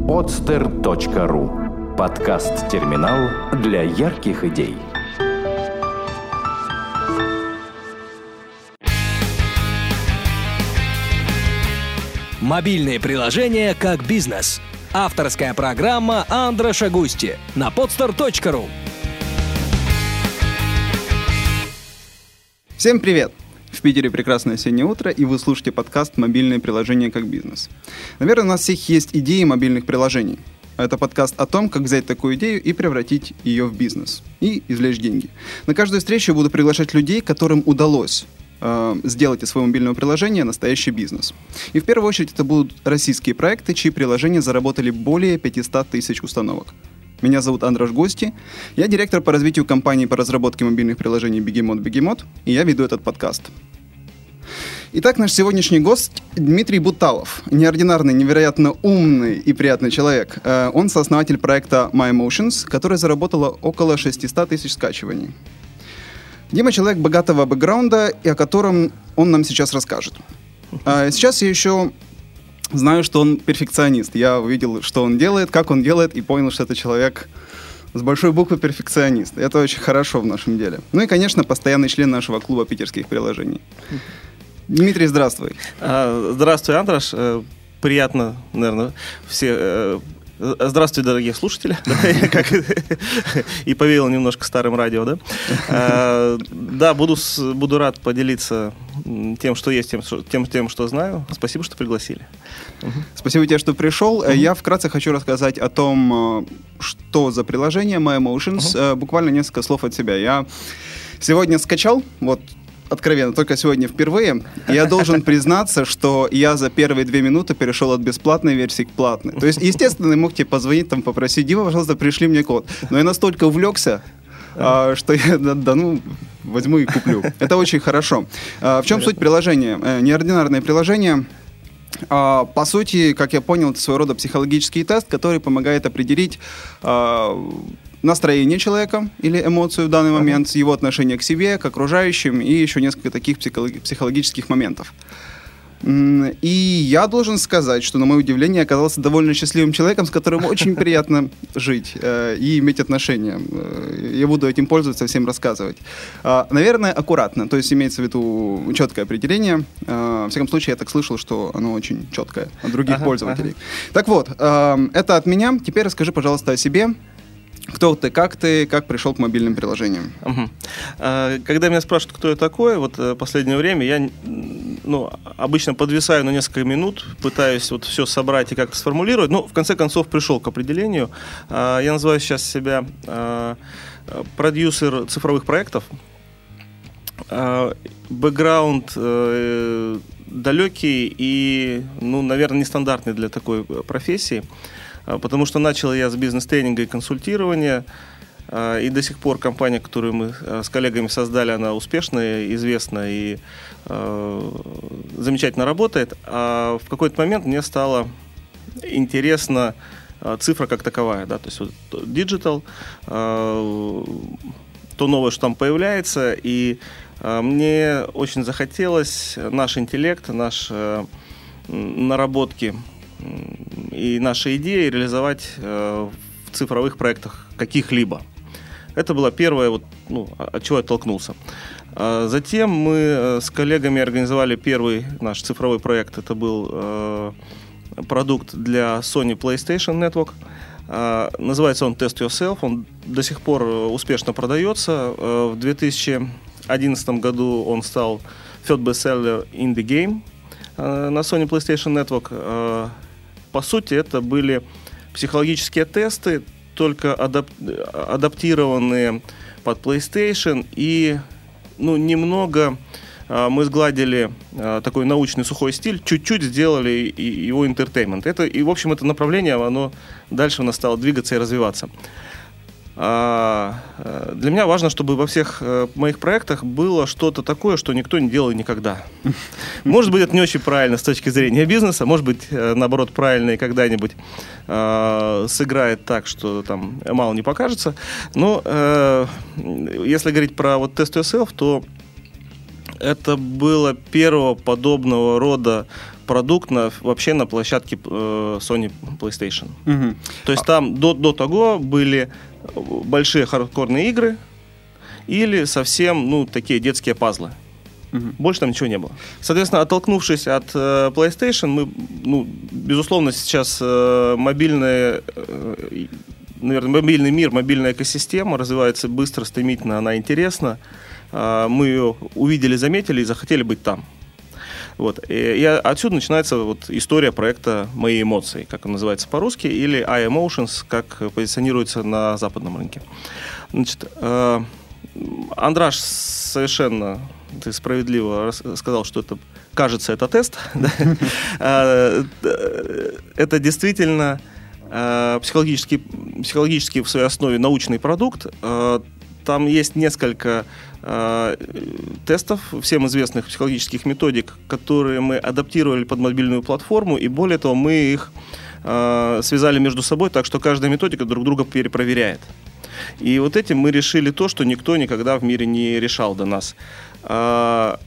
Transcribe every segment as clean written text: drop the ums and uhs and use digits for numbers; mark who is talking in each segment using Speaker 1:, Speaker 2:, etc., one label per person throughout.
Speaker 1: podster.ru. Подкаст-терминал для ярких идей.
Speaker 2: Мобильные приложения как бизнес. Авторская программа Андраша Густи на podster.ru.
Speaker 3: Всем привет! В Питере прекрасное осеннее утро, и вы слушаете подкаст «Мобильные приложения как бизнес». Наверное, у нас всех есть идеи мобильных приложений. Это подкаст о том, как взять такую идею и превратить ее в бизнес. И извлечь деньги. На каждую встречу я буду приглашать людей, которым удалось сделать из своего мобильного приложения настоящий бизнес. И в первую очередь это будут российские проекты, чьи приложения заработали более 500 тысяч установок. Меня зовут Андраш Густи, я директор по развитию компании по разработке мобильных приложений Бегемот, и я веду этот подкаст. Итак, наш сегодняшний гость Дмитрий Буталов. Неординарный, невероятно умный и приятный человек. Он сооснователь проекта MyMotions, который заработало около 600 тысяч скачиваний. Дима — человек богатого бэкграунда, и о котором он нам сейчас расскажет. Сейчас я еще знаю, что он перфекционист. Я увидел, что он делает, как он делает, и понял, что это человек с большой буквы перфекционист. Это очень хорошо в нашем деле. Ну и, конечно, постоянный член нашего клуба питерских приложений. Дмитрий, здравствуй.
Speaker 4: Здравствуй, Андраш. Приятно, наверное, все... Здравствуйте, дорогие слушатели. И повеял немножко старым радио, да? Да, буду рад поделиться тем, что есть, тем, что знаю. Спасибо, что пригласили.
Speaker 3: Спасибо тебе, что пришел. Я вкратце хочу рассказать о том, что за приложение MyMotions. Буквально несколько слов от себя. Я сегодня скачал, откровенно, только сегодня впервые. Я должен признаться, что я за первые 2 минуты перешел от бесплатной версии к платной. То есть, естественно, я мог тебе позвонить, попросить: Дима, пожалуйста, пришли мне код. Но я настолько увлекся, что я, возьму и куплю. Это очень хорошо. В чем суть приложения? Неординарное приложение. По сути, как я понял, это своего рода психологический тест, который помогает определить настроение человека или эмоцию в данный момент, его отношение к себе, к окружающим и еще несколько таких психологических моментов. И я должен сказать, что, на мое удивление, я оказался довольно счастливым человеком, с которым очень приятно жить и иметь отношения. Я буду этим пользоваться, всем рассказывать. Наверное, аккуратно, то есть имеется в виду четкое определение. В всяком случае, я так слышал, что оно очень четкое от других пользователей. Так вот, это от меня. Теперь расскажи, пожалуйста, о себе. Кто ты, как пришел к мобильным приложениям?
Speaker 4: Когда меня спрашивают, кто я такой, в последнее время я обычно подвисаю на несколько минут, пытаюсь все собрать и как-то сформулировать, но в конце концов пришел к определению. Я называю сейчас себя продюсер цифровых проектов. Бэкграунд далекий и, наверное, нестандартный для такой профессии. Потому что начал я с бизнес-тренинга и консультирования, и до сих пор компания, которую мы с коллегами создали, она успешная, известна и замечательно работает. А в какой-то момент мне стало интересна цифра как таковая, да, то есть digital, то новое, что там появляется, и мне очень захотелось наш интеллект, наши наработки и наши идеи реализовать в цифровых проектах каких-либо. Это было первое, от чего я оттолкнулся. Затем мы с коллегами организовали первый наш цифровой проект. Это был продукт для Sony PlayStation Network. Называется он Test Yourself. Он до сих пор успешно продается. В 2011 году он стал third bestseller in the game на Sony PlayStation Network. По сути, это были психологические тесты, только адаптированные под PlayStation, и немного мы сгладили такой научный сухой стиль, чуть-чуть сделали его entertainment. И, в общем, это направление, оно дальше у нас стало двигаться и развиваться. Для меня важно, чтобы во всех моих проектах было что-то такое, что никто не делал никогда. Может быть, это не очень правильно с точки зрения бизнеса, может быть, наоборот, правильно и когда-нибудь сыграет так, что там мало не покажется. Но если говорить про Test Yourself, то это было первого подобного рода продукт вообще на площадке Sony PlayStation. То есть там до того были большие хардкорные игры или совсем такие детские пазлы. Больше там ничего не было. Соответственно, оттолкнувшись от PlayStation, мы, безусловно, сейчас мобильный мир, мобильная экосистема развивается быстро, стремительно, она интересна. Мы ее увидели, заметили и захотели быть там. Вот. И отсюда начинается история проекта «Мои эмоции», как он называется по-русски, или iEmotions, как позиционируется на западном рынке. Значит, Андраш совершенно... Ты справедливо сказал, что это, кажется, это тест. Это действительно психологически в своей основе научный продукт. Там есть несколько тестов, всем известных психологических методик, которые мы адаптировали под мобильную платформу, и более того, мы их связали между собой, так что каждая методика друг друга перепроверяет. И этим мы решили то, что никто никогда в мире не решал до нас. На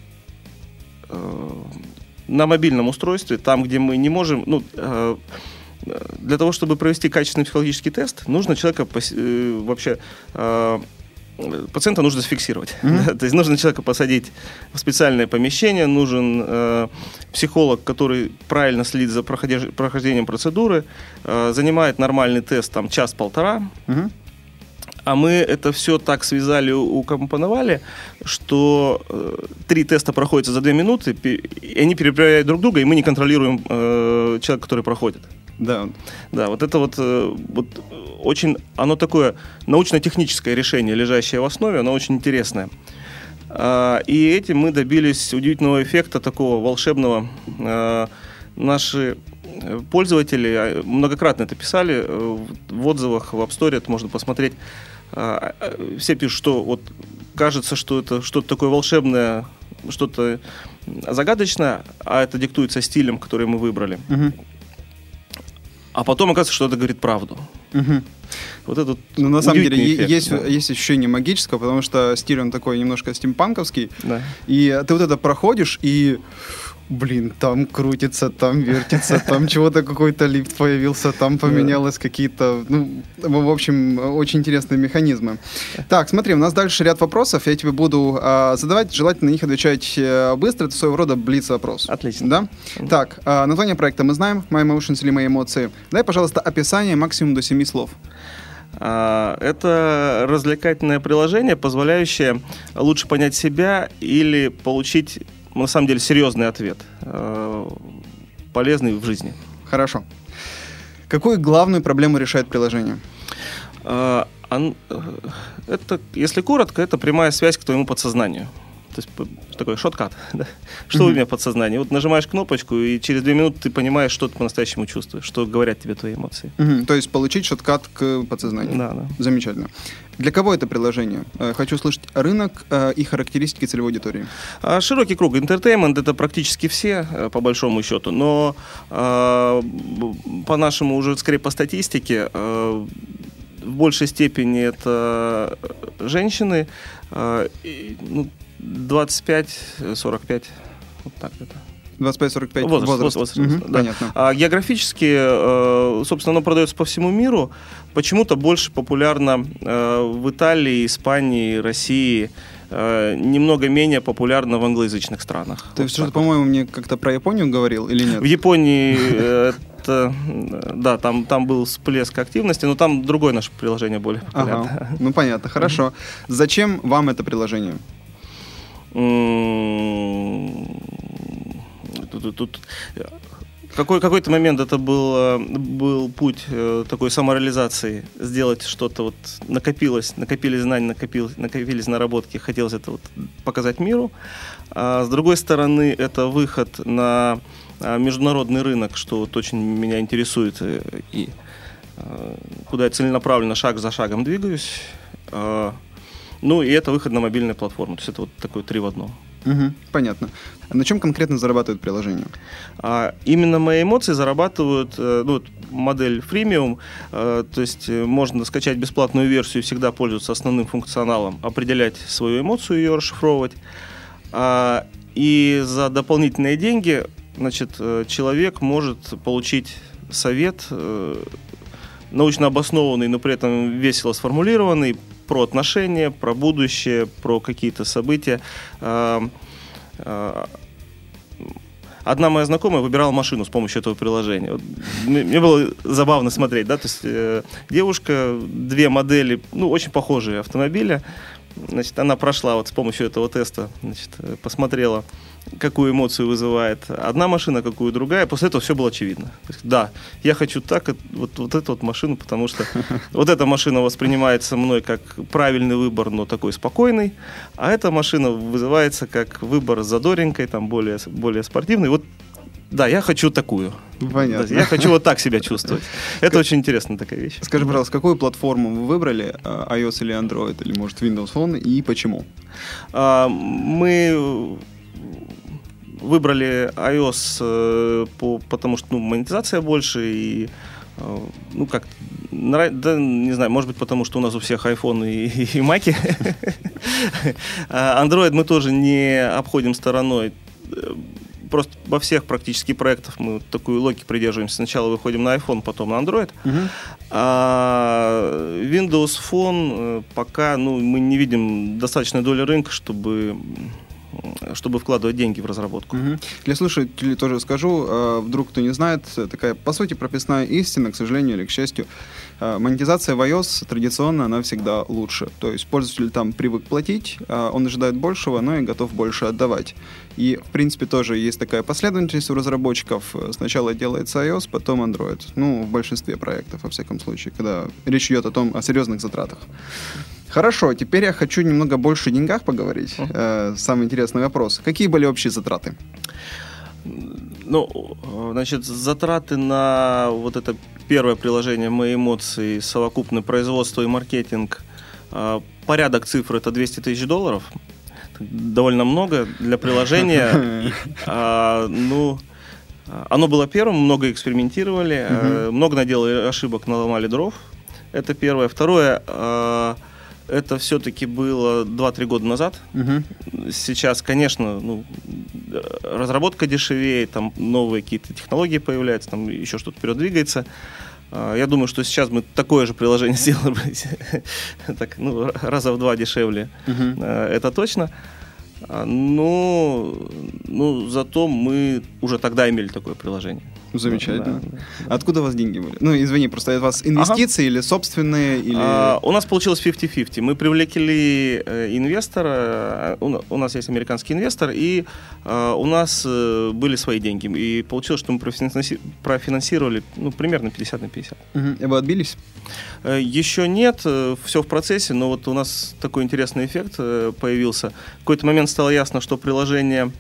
Speaker 4: мобильном устройстве, там, где мы не можем... для того, чтобы провести качественный психологический тест, нужно человека вообще... Пациента нужно зафиксировать. То есть нужно человека посадить в специальное помещение, нужен психолог, который правильно следит за прохождением процедуры, занимает нормальный тест там час-полтора. А мы это все так связали, укомпоновали, что 3 теста проходят за 2 минуты, и они перепроверяют друг друга, и мы не контролируем человека, который проходит.
Speaker 3: Да.
Speaker 4: Да, это очень, оно такое научно-техническое решение, лежащее в основе, оно очень интересное. И этим мы добились удивительного эффекта, такого волшебного. Наши пользователи многократно это писали, в отзывах в App Store это можно посмотреть. Все пишут, что кажется, что это что-то такое волшебное, что-то загадочное, а это диктуется стилем, который мы выбрали. А потом оказывается, что это говорит правду. Это
Speaker 3: на самом деле эффект, есть ощущение магического, потому что стиль он такой немножко стимпанковский. Да. И ты это проходишь, и там крутится, там вертится, там чего-то какой-то лифт появился, там поменялось какие-то, в общем, очень интересные механизмы. Так, смотри, у нас дальше ряд вопросов, я тебе буду задавать, желательно на них отвечать быстро, это своего рода блиц-вопрос.
Speaker 4: Отлично.
Speaker 3: Да? Так, название проекта мы знаем, My Emotions или «Мои эмоции». Дай, пожалуйста, описание максимум до 7 слов.
Speaker 4: Это развлекательное приложение, позволяющее лучше понять себя или получить, на самом деле, серьезный ответ, полезный в жизни.
Speaker 3: Хорошо. Какую главную проблему решает приложение?
Speaker 4: Это, если коротко, это прямая связь к твоему подсознанию. То есть такой шорткат. Да? Что у меня в подсознании? Нажимаешь кнопочку, и через 2 минуты ты понимаешь, что ты по-настоящему чувствуешь, что говорят тебе твои эмоции.
Speaker 3: То есть получить шорткат к подсознанию.
Speaker 4: Да.
Speaker 3: Замечательно. Для кого это приложение? Хочу услышать рынок и характеристики целевой аудитории.
Speaker 4: Широкий круг. Entertainment — это практически все, по большому счету. Но по-нашему, уже скорее по статистике, в большей степени это женщины, 25-45, вот так это.
Speaker 3: 25-45 возраст.
Speaker 4: Да.
Speaker 3: Понятно.
Speaker 4: А географически, собственно, оно продается по всему миру. Почему-то больше популярно в Италии, Испании, России, немного менее популярно в англоязычных странах.
Speaker 3: Ты что-то, по-моему, мне как-то про Японию говорил или нет?
Speaker 4: В Японии да, там был всплеск активности, но там другое наше приложение более популярное.
Speaker 3: Ага. Понятно, хорошо. Зачем вам это приложение?
Speaker 4: Тут какой-то момент это был путь такой самореализации, сделать что-то, накопились знания, накопились наработки, хотелось это показать миру. А с другой стороны, это выход на международный рынок, что очень меня интересует, и куда я целенаправленно шаг за шагом двигаюсь. И это выход на мобильную платформу. То есть это такое 3 в 1.
Speaker 3: Понятно. А на чем конкретно зарабатывает приложение?
Speaker 4: Именно «Мои эмоции» зарабатывают модель freemium, то есть можно скачать бесплатную версию и всегда пользоваться основным функционалом, определять свою эмоцию, ее расшифровывать. И за дополнительные деньги значит, человек может получить совет, научно обоснованный, но при этом весело сформулированный, про отношения, про будущее, про какие-то события. Одна моя знакомая выбирала машину с помощью этого приложения. Вот, мне было забавно смотреть, да, то есть девушка, 2 модели, ну, очень похожие автомобиля. Значит, она прошла вот с помощью этого теста, значит, посмотрела, какую эмоцию вызывает одна машина, какую другая. После этого все было очевидно. То есть, да, я хочу так, вот эту вот машину, потому что вот эта машина воспринимается мной как правильный выбор, но такой спокойный, а эта машина вызывается как выбор с задоринкой, там более спортивный. Вот, да, я хочу такую.
Speaker 3: Понятно.
Speaker 4: Я хочу вот так себя чувствовать. Это очень интересная такая вещь.
Speaker 3: Скажи, пожалуйста, какую платформу вы выбрали, iOS или Android, или, может, Windows Phone, и почему?
Speaker 4: Мы выбрали iOS, потому что монетизация больше, и как, да, не знаю, может быть, потому что у нас у всех iPhone и Mac. Android мы тоже не обходим стороной. Просто во всех практически проектах мы такую логику придерживаемся. Сначала выходим на iPhone, потом на Android. А Windows Phone пока мы не видим достаточной доли рынка, чтобы вкладывать деньги в разработку.
Speaker 3: Для слушателей тоже скажу, вдруг кто не знает, такая, по сути, прописная истина, к сожалению или к счастью. Монетизация в iOS традиционно, она всегда лучше. То есть пользователь там привык платить, он ожидает большего, но и готов больше отдавать. И, в принципе, тоже есть такая последовательность у разработчиков. Сначала делается iOS, потом Android. В большинстве проектов, во всяком случае, когда речь идет о серьезных затратах. Хорошо, теперь я хочу немного больше о деньгах поговорить. Самый интересный вопрос. Какие были общие затраты?
Speaker 4: Значит, затраты на вот это первое приложение «Мои эмоции», совокупное производство и маркетинг, порядок цифр — это $200 тысяч. Довольно много для приложения. Оно было первым, много экспериментировали, много наделали ошибок, наломали дров. Это первое. Второе, это все-таки было 2-3 года назад. Сейчас, конечно, разработка дешевеет, там новые какие-то технологии появляются, там еще что-то вперед двигается. Я думаю, что сейчас мы такое же приложение сделали так, раза в 2 дешевле. Это точно. Но зато мы уже тогда имели такое приложение.
Speaker 3: Замечательно. Да. Откуда у вас деньги были? Извини, просто это у вас инвестиции или собственные? Или...
Speaker 4: У нас получилось 50-50. Мы привлекли инвестора, у нас есть американский инвестор, и у нас были свои деньги. И получилось, что мы профинансировали примерно 50/50.
Speaker 3: И вы отбились?
Speaker 4: Еще нет, все в процессе, но вот у нас такой интересный эффект появился. В какой-то момент стало ясно, что приложение...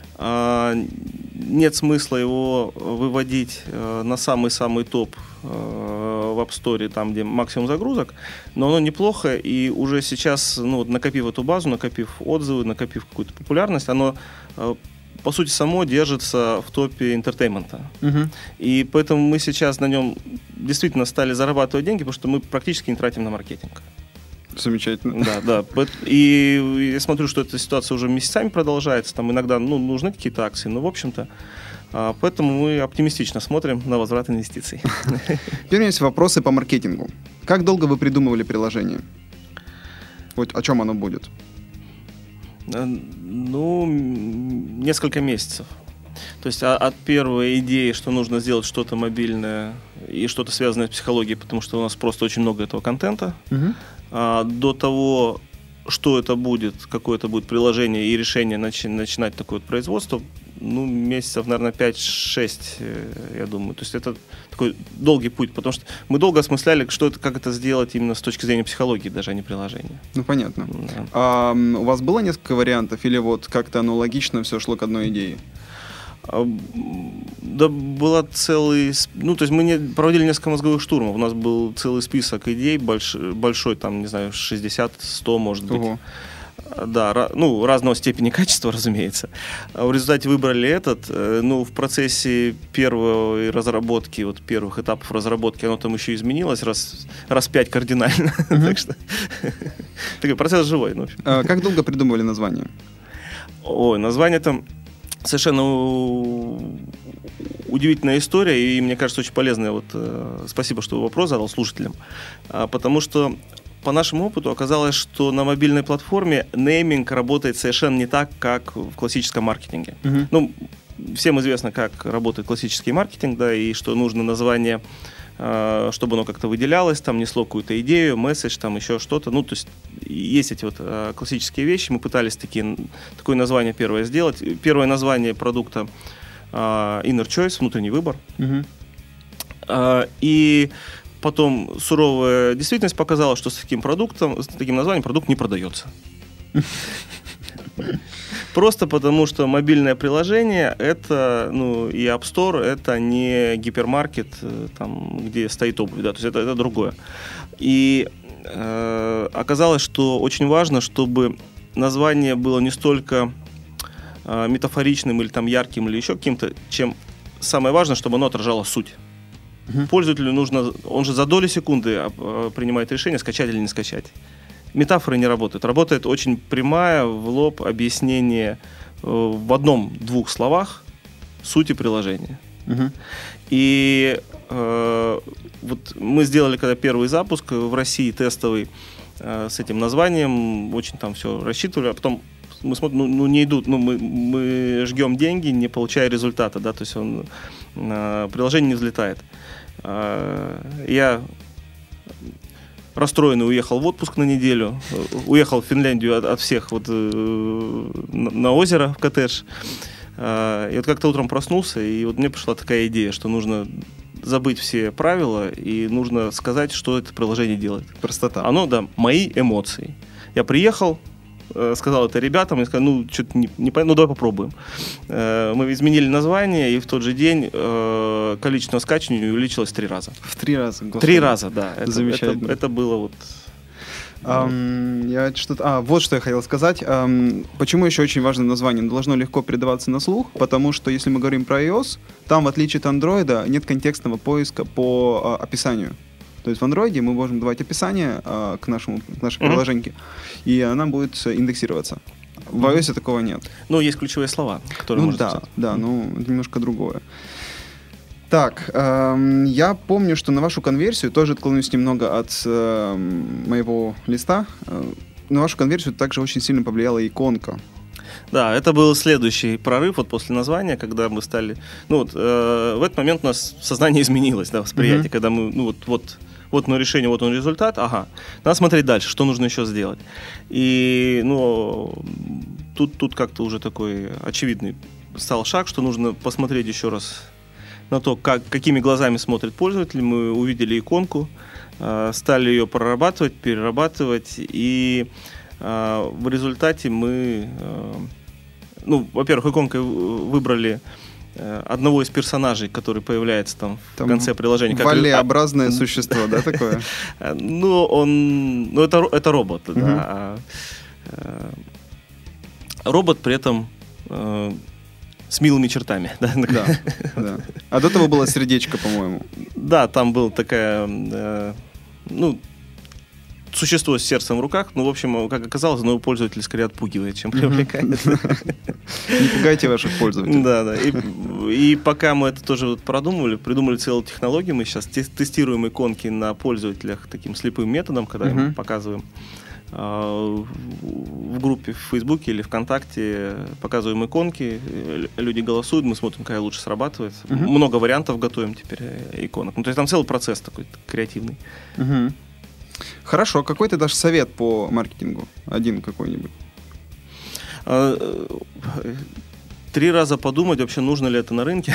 Speaker 4: нет смысла его выводить на самый-самый топ в App Store, там, где максимум загрузок, но оно неплохо, и уже сейчас, накопив эту базу, накопив отзывы, накопив какую-то популярность, оно, по сути, само держится в топе интертеймента. И поэтому мы сейчас на нем действительно стали зарабатывать деньги, потому что мы практически не тратим на маркетинг.
Speaker 3: Замечательно.
Speaker 4: Да. И я смотрю, что эта ситуация уже месяцами продолжается. Там иногда нужны какие-то акции, но в общем-то. Поэтому мы оптимистично смотрим на возврат инвестиций.
Speaker 3: Теперь у меня есть вопросы по маркетингу. Как долго вы придумывали приложение? Вот о чем оно будет?
Speaker 4: Несколько месяцев. То есть от первой идеи, что нужно сделать что-то мобильное и что-то связанное с психологией, потому что у нас просто очень много этого контента, до того, что это будет, какое это будет приложение и решение начинать такое вот производство, месяцев, наверное, 5-6, я думаю. То есть это такой долгий путь, потому что мы долго осмысляли, как это сделать именно с точки зрения психологии, даже, а не приложения.
Speaker 3: Понятно.
Speaker 4: Да.
Speaker 3: А у вас было несколько вариантов, или вот как-то оно логично все шло к одной идее?
Speaker 4: Да, была целый... то есть мы проводили несколько мозговых штурмов. У нас был целый список идей, большой, там, не знаю, 60-100, может быть.
Speaker 3: Ого.
Speaker 4: Да, разного степени качества, разумеется. В результате выбрали этот. В процессе первой разработки, первых этапов разработки, оно там еще изменилось раз 5 кардинально. Так что такой процесс живой.
Speaker 3: Как долго придумывали название?
Speaker 4: Название там... совершенно удивительная история, и мне кажется, очень полезная. Вот, спасибо, что вопрос задал слушателям. Потому что по нашему опыту оказалось, что на мобильной платформе нейминг работает совершенно не так, как в классическом маркетинге. Ну, всем известно, как работает классический маркетинг, да, и что нужно название, чтобы оно как-то выделялось, там несло какую-то идею, месседж, там еще что-то. Ну, то есть есть эти вот классические вещи. Мы пытались такое название первое сделать. Первое название продукта Inner Choice, внутренний выбор. И потом суровая действительность показала, что с таким продуктом, с таким названием продукт не продается. Просто потому, что мобильное приложение это, ну, и App Store это не гипермаркет, там, где стоит обувь, да, то есть это другое. И оказалось, что очень важно, чтобы название было не столько метафоричным или там ярким или еще каким-то, чем самое важное, чтобы оно отражало суть. Пользователю нужно, он же за доли секунды принимает решение, скачать или не скачать. Метафоры не работают. Работает очень прямая, в лоб объяснение в одном-двух словах сути приложения. И вот мы сделали когда первый запуск в России тестовый с этим названием, очень там все рассчитывали, а потом мы смотрим, не идут, мы жгем деньги, не получая результата, да, то есть приложение не взлетает. Я расстроенный уехал в отпуск на неделю, уехал в Финляндию от всех вот на озеро в коттедж. И вот как-то утром проснулся, и вот мне пришла такая идея, что нужно забыть все правила и нужно сказать, что это приложение делает.
Speaker 3: Простота.
Speaker 4: Оно, да, мои эмоции. Я приехал, сказал это ребятам, и сказал, ну, что-то не понятно, ну, давай попробуем. Мы изменили название, и в тот же день количество скачиваний увеличилось 3 раза.
Speaker 3: В 3 раза? Господи.
Speaker 4: 3 раза, да.
Speaker 3: Замечательно.
Speaker 4: Это было вот...
Speaker 3: Вот что я хотел сказать. Почему еще очень важно название? Оно должно легко передаваться на слух, потому что если мы говорим про iOS, там, в отличие от Android, нет контекстного поиска по описанию. То есть в Android мы можем давать описание к нашей приложеньке, и она будет индексироваться. В iOS такого нет.
Speaker 4: Ну, есть ключевые слова, которые можно
Speaker 3: писать. Да, ну, это немножко другое. Так, я помню, что на вашу конверсию, тоже отклонюсь немного от моего листа, на вашу конверсию также очень сильно повлияла иконка.
Speaker 4: Да, это был следующий прорыв вот после названия, когда мы стали... Ну вот, в этот момент у нас сознание изменилось, да, восприятие, когда мы, ну вот оно решение, вот он результат, ага, надо смотреть дальше, что нужно еще сделать. И, ну, тут как-то уже такой очевидный стал шаг, что нужно посмотреть еще раз на то, какими глазами смотрит пользователь. Мы увидели иконку, стали ее прорабатывать, перерабатывать, и в результате мы, ну, во-первых, иконкой выбрали одного из персонажей, который появляется там в конце приложения.
Speaker 3: Валеобразное существо, да, такое?
Speaker 4: Ну, это робот, да. Робот при этом с милыми чертами. Да.
Speaker 3: А до этого было сердечко, по-моему.
Speaker 4: Да, там была такая, ну, существо с сердцем в руках, ну, в общем, как оказалось, оно пользователя скорее отпугивает, чем привлекает.
Speaker 3: Не пугайте ваших пользователей.
Speaker 4: Да. И пока мы это тоже придумали целую технологию, мы сейчас тестируем иконки на пользователях таким слепым методом, когда им показываем в группе в Фейсбуке или ВКонтакте, показываем иконки, люди голосуют, мы смотрим, какая лучше срабатывает. Много вариантов готовим теперь иконок. Ну, то есть там целый процесс такой креативный.
Speaker 3: Хорошо, какой ты дашь совет по маркетингу? Один какой-нибудь.
Speaker 4: 3 раза подумать, вообще нужно ли это на рынке.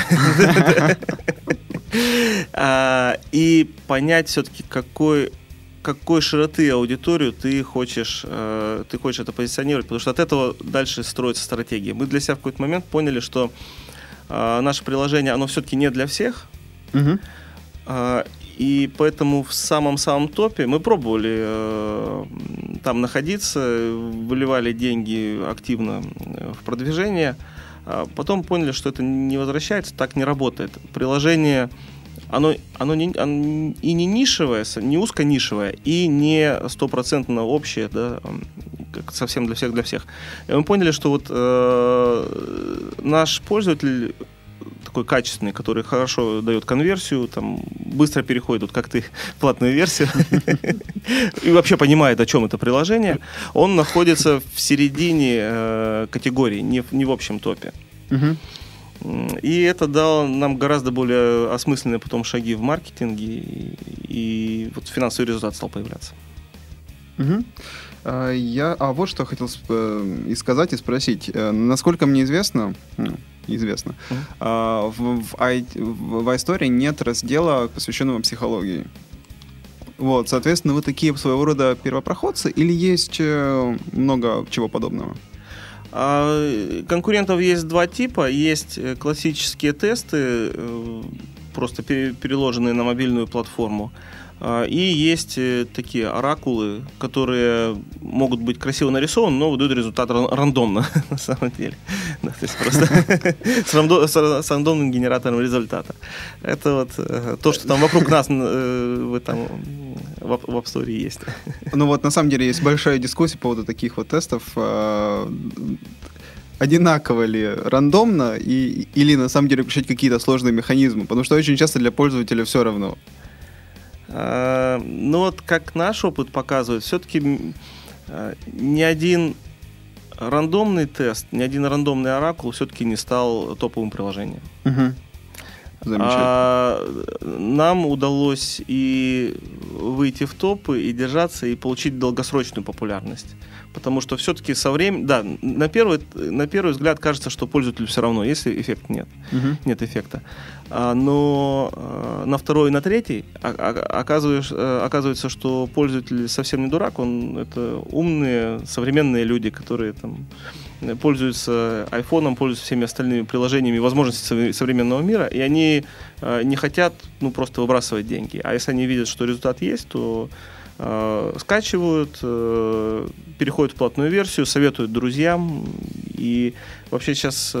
Speaker 4: И понять все-таки, какой широты аудиторию ты хочешь это позиционировать, потому что от этого дальше строится стратегия. Мы для себя в какой-то момент поняли, что наше приложение, оно все-таки не для всех. И поэтому в самом-самом топе мы пробовали там находиться, выливали деньги активно в продвижение, а потом поняли, что это не возвращается, так не работает. Приложение, оно и не нишевое, не узконишевое, и не 100% общее, да, как совсем для всех. И мы поняли, что вот наш пользователь такой качественный, который хорошо дает конверсию, там, быстро переходит, вот как ты, в платную версию, и вообще понимает, о чем это приложение, он находится в середине категории, не в общем топе. И это дало нам гораздо более осмысленные потом шаги в маркетинге, и вот финансовый результат стал появляться.
Speaker 3: Вот что хотел и сказать, и спросить. Насколько мне известно, в iStore нет раздела, посвященного психологии. Вот, соответственно, вы такие своего рода первопроходцы или есть много чего подобного?
Speaker 4: Конкурентов есть два типа. Есть классические тесты, просто переложенные на мобильную платформу. И есть такие оракулы, которые могут быть красиво нарисованы, но выдают результат рандомно, на самом деле. Да, то есть просто с рандомным генератором результата. Это вот то, что там вокруг нас в App Store есть.
Speaker 3: Ну вот на самом деле есть большая дискуссия по поводу таких вот тестов. Одинаково ли рандомно или на самом деле включать какие-то сложные механизмы? Потому что очень часто для пользователя все равно.
Speaker 4: Ну вот как наш опыт показывает, все-таки ни один рандомный тест, ни один рандомный оракул все-таки не стал топовым приложением. Нам удалось и выйти в топы, и держаться, и получить долгосрочную популярность. Потому что все-таки со временем... Да, на первый взгляд кажется, что пользователю все равно, если эффект нет. Нет эффекта. Но на второй и на третий оказывается, что пользователь совсем не дурак, это умные, современные люди, которые там пользуются айфоном, пользуются всеми остальными приложениями и возможностями современного мира, и они не хотят просто выбрасывать деньги. А если они видят, что результат есть, то скачивают, переходят в платную версию, советуют друзьям. И вообще сейчас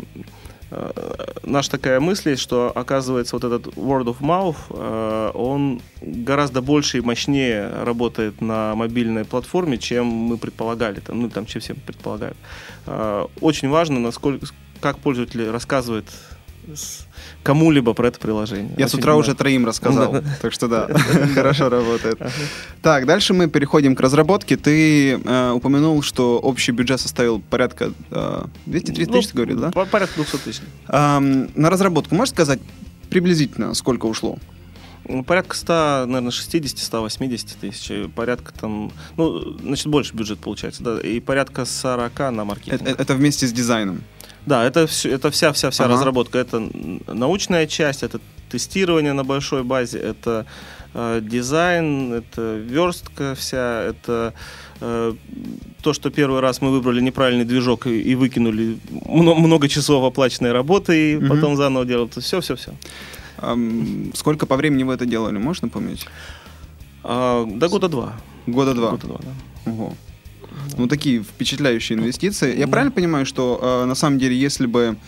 Speaker 4: наша такая мысль есть, что оказывается вот этот word of mouth, он гораздо больше и мощнее работает на мобильной платформе, чем мы предполагали, чем все предполагают. Очень важно, как пользователь рассказывает кому-либо про это приложение.
Speaker 3: Я с утра уже 3 рассказал, так что да, хорошо работает. Так, дальше мы переходим к разработке. Ты упомянул, что общий бюджет составил порядка 230 тысяч, ты говорил, да?
Speaker 4: Порядка 200 тысяч.
Speaker 3: На разработку можешь сказать приблизительно, сколько ушло?
Speaker 4: Порядка 160-180 тысяч, порядка больше бюджет получается, да, и порядка 40 на маркетинг.
Speaker 3: Это вместе с дизайном?
Speaker 4: Да, это вся разработка. Это научная часть, это тестирование на большой базе, это дизайн, это верстка вся, это то, что первый раз мы выбрали неправильный движок и выкинули много часов оплаченной работы, и потом заново делали. Все.
Speaker 3: Сколько по времени вы это делали, можешь напомнить?
Speaker 4: До года 2.
Speaker 3: Года 2?
Speaker 4: Года 2, да.
Speaker 3: Ого. Такие впечатляющие инвестиции. Я правильно понимаю, что на самом деле, если бы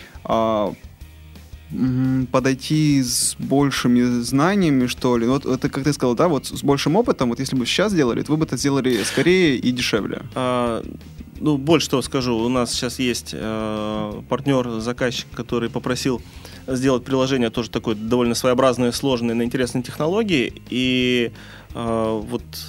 Speaker 3: подойти с большими знаниями, что ли, вот это, как ты сказал, да, вот с большим опытом, вот если бы сейчас сделали, то вы бы это сделали скорее и дешевле.
Speaker 4: Больше того скажу, у нас сейчас есть партнер, заказчик, который попросил сделать приложение тоже такое довольно своеобразное, сложное, на интересные технологии, и на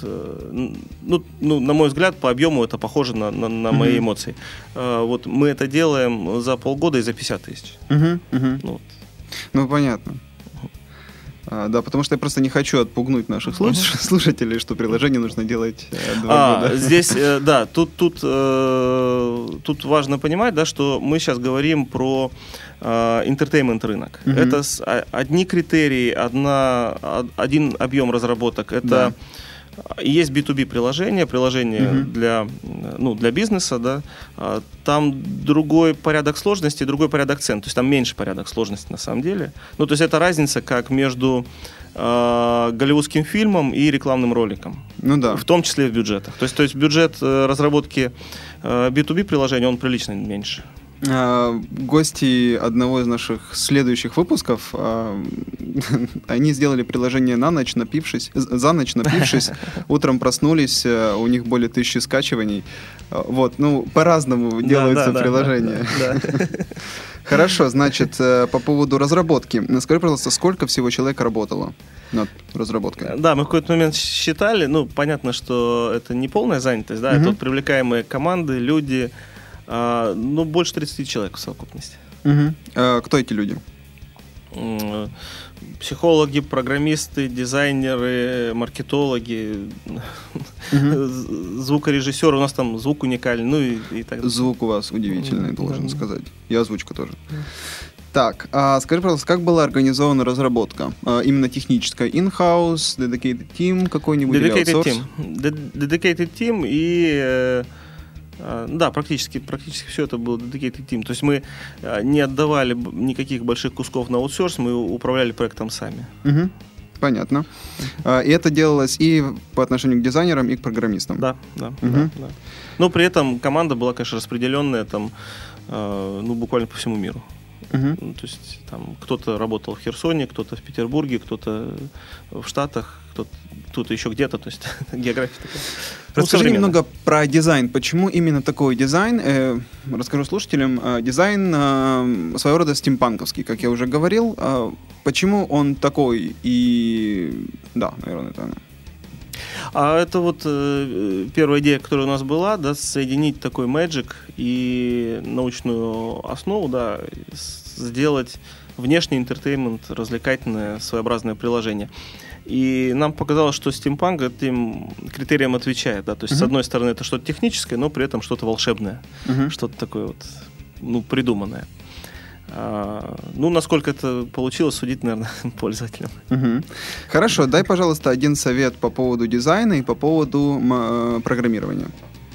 Speaker 4: мой взгляд, по объему это похоже на мои эмоции. Вот мы это делаем за полгода и за 50 тысяч.
Speaker 3: Понятно. Да, потому что я просто не хочу отпугнуть наших слушателей, что приложение нужно делать 2 года.
Speaker 4: Здесь, да, тут важно понимать, да, что мы сейчас говорим про entertainment рынок. Это одни критерии, один объем разработок. Это есть B2B приложение для бизнеса, да. Там другой порядок сложности, другой порядок цен. То есть там меньше порядок сложности на самом деле. То есть это разница как между голливудским фильмом и рекламным роликом. В том числе в бюджетах. То есть бюджет разработки B2B приложения, он прилично меньше.
Speaker 3: Гости одного из наших следующих выпусков, они сделали приложение за ночь напившись, утром проснулись, у них более 1000 скачиваний. Вот, ну, по-разному делаются приложения. Хорошо, значит, по поводу разработки. Скажи, пожалуйста, сколько всего человек работало над разработкой?
Speaker 4: Да, мы в какой-то момент считали, ну, понятно, что это не полная занятость, да, это вот привлекаемые команды, люди, ну, больше 30 человек в совокупности.
Speaker 3: Кто эти люди?
Speaker 4: Психологи, программисты, дизайнеры, маркетологи, звукорежиссеры, у нас там звук уникальный, ну и так далее.
Speaker 3: Звук у вас удивительный, должен сказать. И озвучка тоже. Так, скажи, пожалуйста, как была организована разработка? Именно техническая, in-house, dedicated team какой-нибудь или аутсорс?
Speaker 4: Dedicated team и... Да, практически все это было dedicated team. То есть мы не отдавали никаких больших кусков на аутсорс, мы управляли проектом сами.
Speaker 3: Понятно. И это делалось и по отношению к дизайнерам, и к программистам?
Speaker 4: Да. Но при этом команда была, конечно, распределенная там, ну, буквально по всему миру. То есть там кто-то работал в Херсоне, кто-то в Петербурге, кто-то в Штатах, кто-то еще где-то, то есть география такая.
Speaker 3: Расскажи немного про дизайн. Почему именно такой дизайн? Расскажу слушателям. Дизайн своего рода стимпанковский, как я уже говорил. Почему он такой? И да, наверное, это она.
Speaker 4: А это вот первая идея, которая у нас была, да, соединить такой magic и научную основу, да, сделать внешний интертеймент, развлекательное, своеобразное приложение. И нам показалось, что стимпанк этим критериям отвечает, да, то есть с одной стороны это что-то техническое, но при этом что-то волшебное, что-то такое вот, ну, придуманное. Ну, насколько это получилось, судить, наверное, пользователям.
Speaker 3: Хорошо, дай, пожалуйста, один совет по поводу дизайна и по поводу программирования.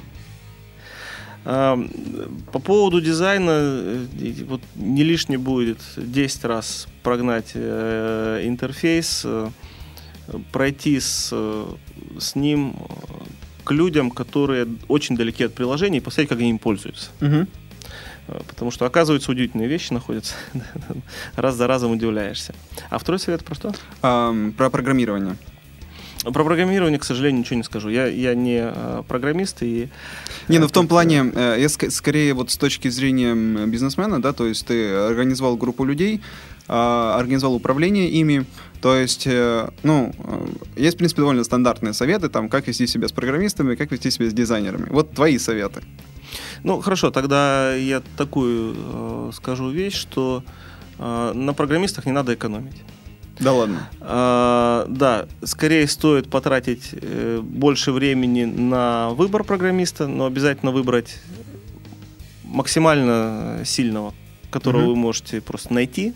Speaker 4: По поводу дизайна, вот не лишне будет 10 раз прогнать интерфейс, пройти с ним к людям, которые очень далеки от приложений, и посмотреть, как они им пользуются. Потому что, оказывается, удивительные вещи находятся. Раз за разом удивляешься. А второй совет про что?
Speaker 3: Про программирование.
Speaker 4: Про программирование, к сожалению, ничего не скажу. Я не программист. И
Speaker 3: не, ну в том плане, я скорее вот с точки зрения бизнесмена, да, то есть ты организовал группу людей, организовал управление ими, то есть, ну, есть, в принципе, довольно стандартные советы, там, как вести себя с программистами, как вести себя с дизайнерами. Вот твои советы.
Speaker 4: Ну, хорошо, тогда я такую скажу вещь, что на программистах не надо экономить.
Speaker 3: Да ладно?
Speaker 4: Да, скорее стоит потратить больше времени на выбор программиста, но обязательно выбрать максимально сильного, которого вы можете просто найти.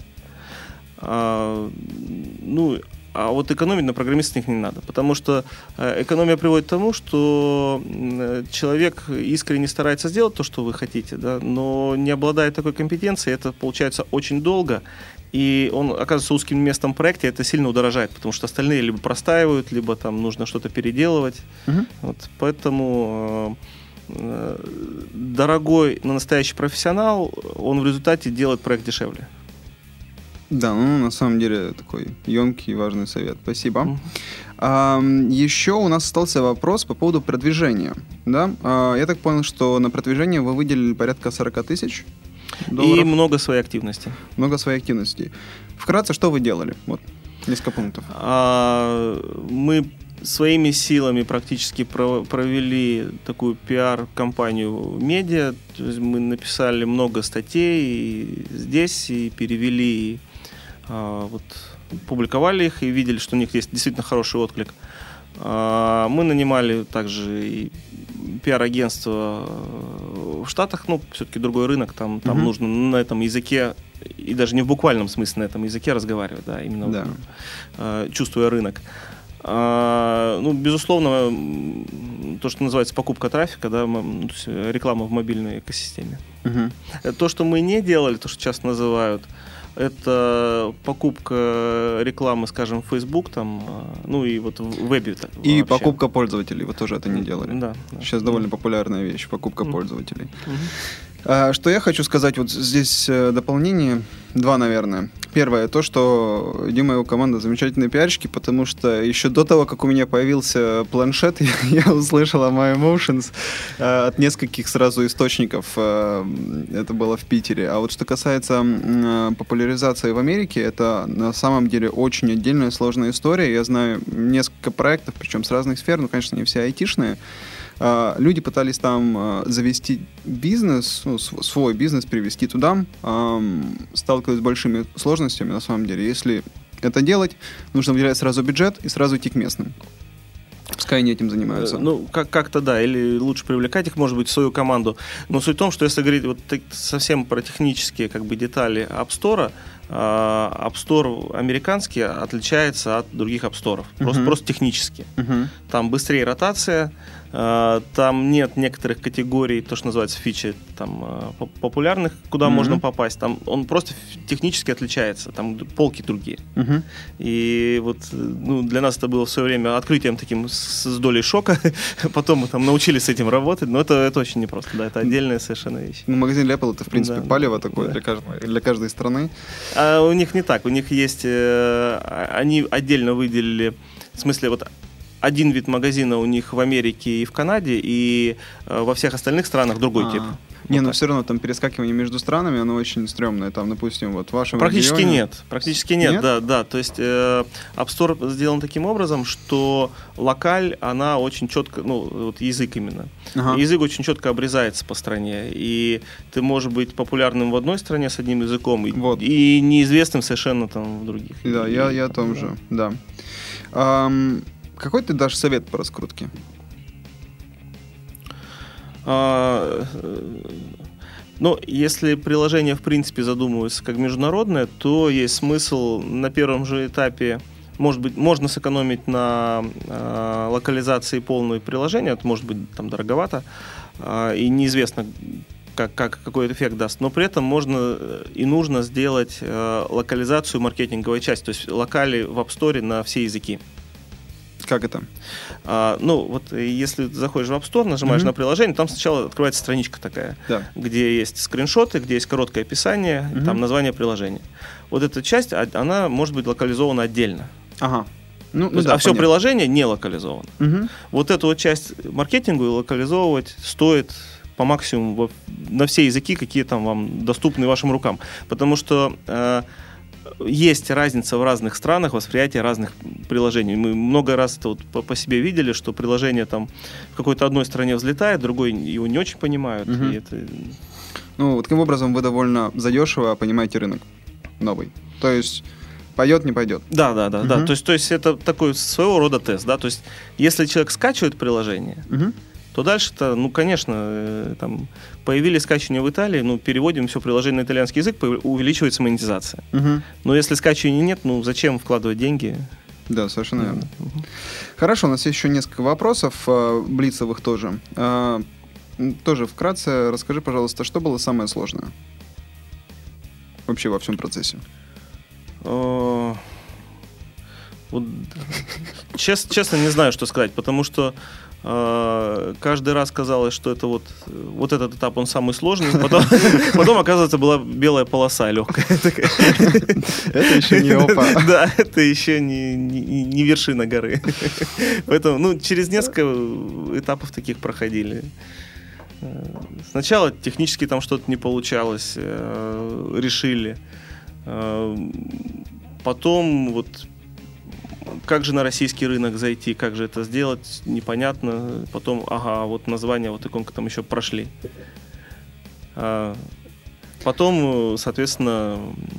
Speaker 4: Ну, а вот экономить на программистах не надо, потому что экономия приводит к тому, что человек искренне старается сделать то, что вы хотите, да, но не обладая такой компетенцией, это получается очень долго, и он оказывается узким местом в проекте, это сильно удорожает, потому что остальные либо простаивают, либо там нужно что-то переделывать. Вот, поэтому дорогой, но настоящий профессионал, он в результате делает проект дешевле.
Speaker 3: Да, ну, на самом деле, такой емкий и важный совет. Спасибо. Еще у нас остался вопрос по поводу продвижения. Да? Я так понял, что на продвижение вы выделили порядка 40 тысяч долларов.
Speaker 4: И много своей активности.
Speaker 3: Много своей активности. Вкратце, что вы делали? Вот, несколько пунктов.
Speaker 4: Мы своими силами практически провели такую пиар-компанию медиа. То есть мы написали много статей здесь и перевели, вот, публиковали их и видели, что у них есть действительно хороший отклик. Мы нанимали также и пиар-агентство в Штатах, ну, все-таки другой рынок, там нужно на этом языке, и даже не в буквальном смысле на этом языке разговаривать, да, именно чувствуя рынок. Ну, безусловно, то, что называется покупка трафика, да, реклама в мобильной экосистеме. То, что мы не делали, то, что сейчас называют, это покупка рекламы, скажем, в Facebook, там, ну и вот в вебе.
Speaker 3: И вообще. Покупка пользователей, вы тоже это не делали.
Speaker 4: Да.
Speaker 3: Сейчас довольно популярная вещь, покупка пользователей. Что я хочу сказать, вот здесь дополнение, 2, наверное. Первое, то, что Дима и его команда замечательные пиарщики, потому что еще до того, как у меня появился планшет, я услышал о My Emotions от нескольких сразу источников. Это было в Питере. А вот что касается популяризации в Америке, это на самом деле очень отдельная сложная история. Я знаю несколько проектов, причем с разных сфер, но, конечно, не все айтишные. Люди пытались там завести бизнес, ну, свой бизнес перевести туда, сталкивались с большими сложностями на самом деле. Если это делать, нужно выделять сразу бюджет и сразу идти к местным. Пускай они этим занимаются.
Speaker 4: Ну, как-то да, или лучше привлекать их, может быть, в свою команду. Но суть в том, что если говорить вот совсем про технические как бы детали App Store, App Store американский отличается от других App Store. Просто технически. Там быстрее ротация, там нет некоторых категорий, то, что называется фичи, там, популярных, куда можно попасть. Там он просто технически отличается, там полки другие. И вот для нас это было в свое время открытием таким с долей шока. Потом мы там научились с этим работать, но это очень непросто, да, это отдельная совершенно вещь.
Speaker 3: Ну, магазин Apple это, в принципе, палево такое для каждой страны.
Speaker 4: А у них не так, у них есть, они отдельно выделили, в смысле, вот один вид магазина у них в Америке и в Канаде, и во всех остальных странах другой тип.
Speaker 3: Не, но все равно там перескакивание между странами, оно очень стрёмное. Там, допустим, вот в вашем
Speaker 4: Практически
Speaker 3: регионе...
Speaker 4: Практически нет, да. То есть App Store сделан таким образом, что локаль, она очень четко, вот язык именно. Язык очень четко обрезается по стране. И ты можешь быть популярным в одной стране с одним языком, и неизвестным совершенно там в других.
Speaker 3: Да, я о том же, да. Какой ты дашь совет по раскрутке?
Speaker 4: Если приложение, в принципе, задумывается как международное, то есть смысл на первом же этапе, может быть, можно сэкономить на локализации полного приложения, это может быть там дороговато, и неизвестно, какой эффект даст, но при этом можно и нужно сделать локализацию маркетинговой части, то есть локали в App Store на все языки.
Speaker 3: Как это?
Speaker 4: Если ты заходишь в App Store, нажимаешь на приложение, там сначала открывается страничка такая, где есть скриншоты, где есть короткое описание, там название приложения. Вот эта часть, она может быть локализована отдельно.
Speaker 3: Ага.
Speaker 4: Все приложение не локализовано. Вот эту вот часть маркетингу локализовывать стоит по максимуму на все языки, какие там вам доступны вашим рукам. Потому что есть разница в разных странах восприятия разных приложений. Мы много раз это вот по себе видели, что приложение там в какой-то одной стране взлетает, другой его не очень понимают. И это...
Speaker 3: таким образом вы довольно задешево понимаете рынок новый. То есть пойдет, не пойдет. Да.
Speaker 4: То есть это такой своего рода тест. Да? То есть если человек скачивает приложение, то дальше-то, конечно, там появились скачивания в Италии, переводим все приложение на итальянский язык, увеличивается монетизация. Но если скачивания нет, зачем вкладывать деньги?
Speaker 3: Да, совершенно верно. Хорошо, у нас есть еще несколько вопросов, блицевых тоже. Тоже вкратце расскажи, пожалуйста, что было самое сложное вообще во всем процессе?
Speaker 4: Честно, не знаю, что сказать, потому что каждый раз казалось, что это вот этот этап, он самый сложный, потом оказывается, была белая полоса легкая.
Speaker 3: Это еще не опа.
Speaker 4: Да, это еще не вершина горы. Поэтому, через несколько этапов таких проходили. Сначала технически там что-то не получалось, решили. Потом как же на российский рынок зайти, как же это сделать, непонятно. Потом, название, иконка там еще прошли. Потом, соответственно,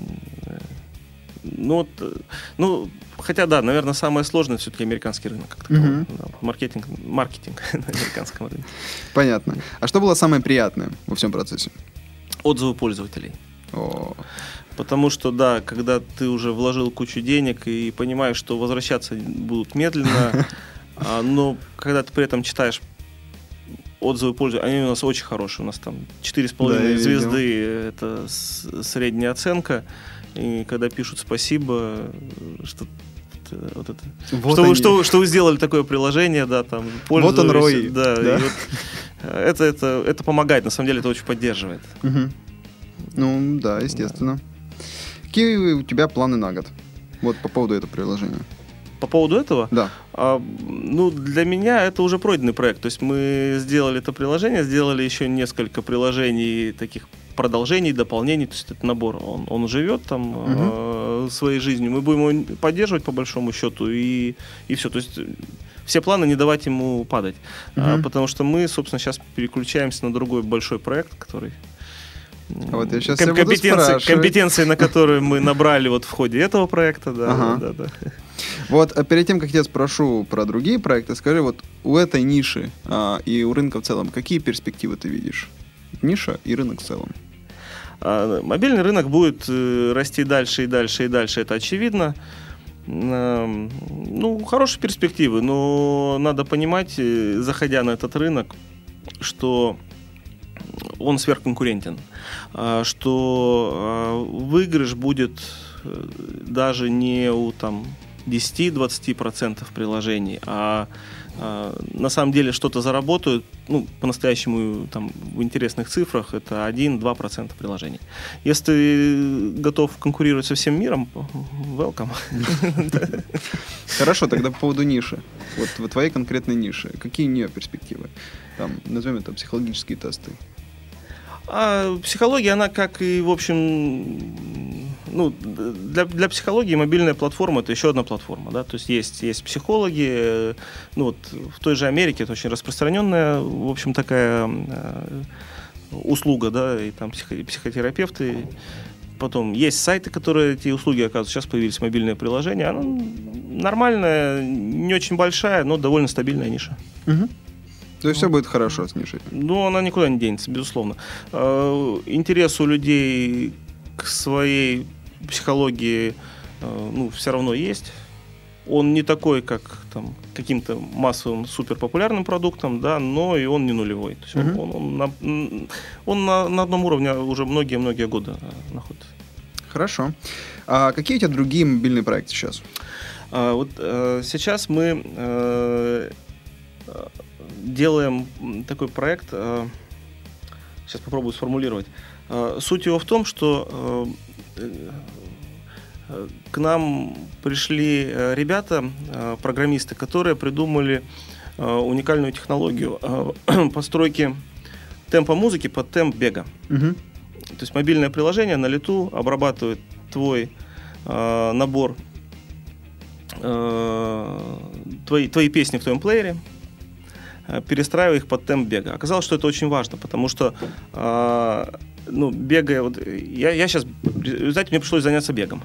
Speaker 4: хотя, да, наверное, самое сложное все-таки американский рынок. Как таковой. Маркетинг на американском рынке.
Speaker 3: Понятно. А что было самое приятное во всем процессе?
Speaker 4: Отзывы пользователей. Потому что, да, когда ты уже вложил кучу денег и понимаешь, что возвращаться будут медленно, но когда ты при этом читаешь отзывы пользователей, они у нас очень хорошие. У нас там 4,5 звезды, это средняя оценка. И когда пишут спасибо, что вот это.
Speaker 3: Вот
Speaker 4: Что вы сделали такое приложение, да, там,
Speaker 3: вот он ROI.
Speaker 4: Да, да? И вот это помогает, на самом деле это очень поддерживает.
Speaker 3: Угу. Ну, да, естественно. Какие у тебя планы на год? Вот по поводу этого приложения.
Speaker 4: По поводу этого?
Speaker 3: Да.
Speaker 4: Ну, для меня это уже пройденный проект. То есть мы сделали это приложение, сделали еще несколько приложений, таких продолжений, дополнений. То есть этот набор, он живет там своей жизнью. Мы будем его поддерживать по большому счету и все. То есть все планы не давать ему падать. Потому что мы, собственно, сейчас переключаемся на другой большой проект, который...
Speaker 3: Вот я сейчас буду спрашивать.
Speaker 4: Компетенции, на которые мы набрали вот в ходе этого проекта, да.
Speaker 3: Вот, а перед тем, как я спрошу про другие проекты, скажи, вот у этой ниши и у рынка в целом, какие перспективы ты видишь? Ниша и рынок в целом.
Speaker 4: Мобильный рынок будет расти дальше и дальше и дальше, это очевидно. Ну, хорошие перспективы, но надо понимать, заходя на этот рынок, что он сверхконкурентен, что выигрыш будет даже не у там 10-20% приложений, а на самом деле что-то заработают, ну, по-настоящему там в интересных цифрах, это 1-2% приложений. Если ты готов конкурировать со всем миром, welcome.
Speaker 3: Хорошо, тогда по поводу ниши. Вот в твоей конкретной нише, какие у нее перспективы? Там, назовем это психологические тесты.
Speaker 4: Психология, она как и, в общем, ну, для психологии мобильная платформа — это еще одна платформа, да, то есть есть психологи, ну, вот в той же Америке это очень распространенная, в общем, такая услуга, да, и там психотерапевты, потом есть сайты, которые эти услуги оказывают, сейчас появились мобильные приложения, она нормальная, не очень большая, но довольно стабильная ниша.
Speaker 3: Угу. То есть все будет хорошо с нишей?
Speaker 4: Ну, она никуда не денется, безусловно. Интерес у людей к своей психологии, ну, все равно есть. Он не такой, как там, каким-то массовым суперпопулярным продуктом, да, но и он не нулевой. То есть он на одном уровне уже многие-многие года находится.
Speaker 3: Хорошо. А какие у тебя другие мобильные проекты сейчас?
Speaker 4: Вот сейчас мы делаем такой проект, сейчас попробую сформулировать. Суть его в том, что к нам пришли ребята, программисты, которые придумали уникальную технологию постройки темпа музыки под темп бега. То есть мобильное приложение на лету обрабатывает твой набор, твои песни в твоем плеере, перестраивая их под темп бега. Оказалось, что это очень важно, потому что ну, бегая, вот я сейчас, знаете, мне пришлось заняться бегом.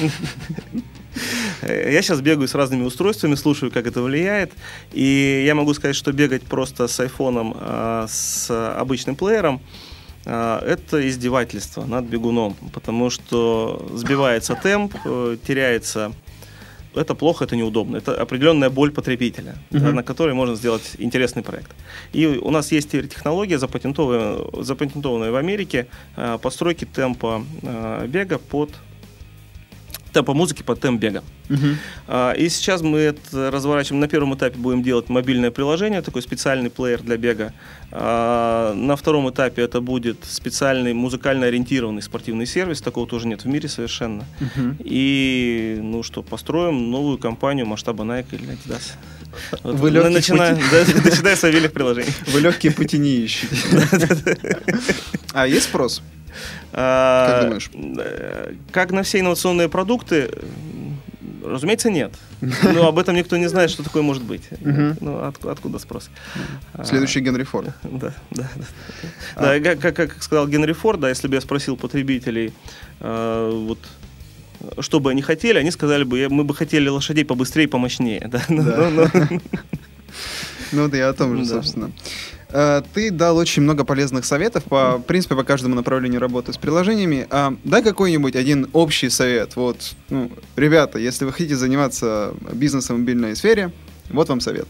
Speaker 4: Я сейчас бегаю с разными устройствами, слушаю, как это влияет, и я могу сказать, что бегать просто с айфоном, с обычным плеером, это издевательство над бегуном, потому что сбивается темп, теряется. Это плохо, это неудобно. Это определенная боль потребителя, да, на которой можно сделать интересный проект. И у нас есть технология, запатентованная в Америке, постройки темпа бега темпа музыки под темп бега. И сейчас мы это разворачиваем. На первом этапе будем делать мобильное приложение, такой специальный плеер для бега. На втором этапе это будет специальный музыкально ориентированный спортивный сервис. Такого тоже нет в мире совершенно. И, ну что, построим новую компанию масштаба Nike или Adidas. Вот.
Speaker 3: Вы
Speaker 4: начиная с мобильных приложений.
Speaker 3: Вы легкие пути не ищете. А есть спрос? Как думаешь?
Speaker 4: Как на все инновационные продукты, разумеется, нет. Но об этом никто не знает, что такое может быть. Ну, откуда спрос?
Speaker 3: Следующий Генри Форд.
Speaker 4: Да, как сказал Генри Форд, да, если бы я спросил потребителей, вот, что бы они хотели, они сказали бы, мы бы хотели лошадей побыстрее и помощнее. Да?
Speaker 3: Ну, вот я о том же, собственно. Ты дал очень много полезных советов, в принципе, по каждому направлению работы с приложениями. Дай какой-нибудь один общий совет. Вот, ну, ребята, если вы хотите заниматься бизнесом в мобильной сфере, вот вам совет.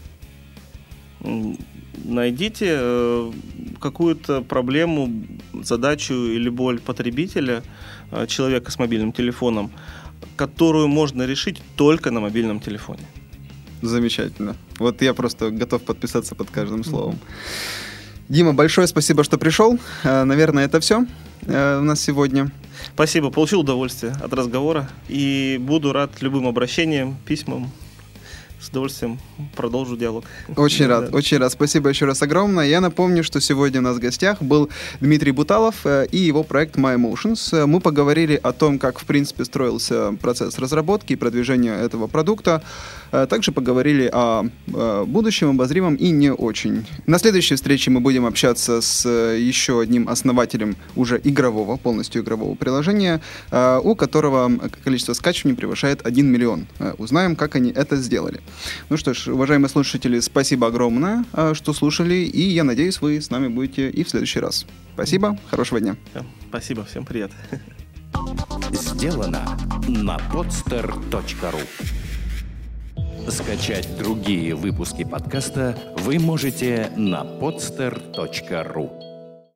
Speaker 4: Найдите какую-то проблему, задачу или боль потребителя, человека с мобильным телефоном, которую можно решить только на мобильном телефоне.
Speaker 3: Замечательно. Вот я просто готов подписаться под каждым словом. Дима, большое спасибо, что пришел. Наверное, это все у нас сегодня.
Speaker 4: Спасибо, получил удовольствие от разговора и буду рад любым обращениям, письмам. С удовольствием продолжу диалог.
Speaker 3: Очень рад, очень рад. Спасибо еще раз огромное. Я напомню, что сегодня у нас в гостях был Дмитрий Буталов и его проект MyEmotions. Мы поговорили о том, как, в принципе, строился процесс разработки и продвижения этого продукта. Также поговорили о будущем, обозримом и не очень. На следующей встрече мы будем общаться с еще одним основателем уже игрового, полностью игрового приложения, у которого количество скачиваний превышает 1 миллион. Узнаем, как они это сделали. Ну что ж, уважаемые слушатели, спасибо огромное, что слушали, и я надеюсь, вы с нами будете и в следующий раз. Спасибо, хорошего дня.
Speaker 4: Спасибо, всем привет.
Speaker 1: Сделано на podster.ru. Скачать другие выпуски подкаста вы можете на podster.ru.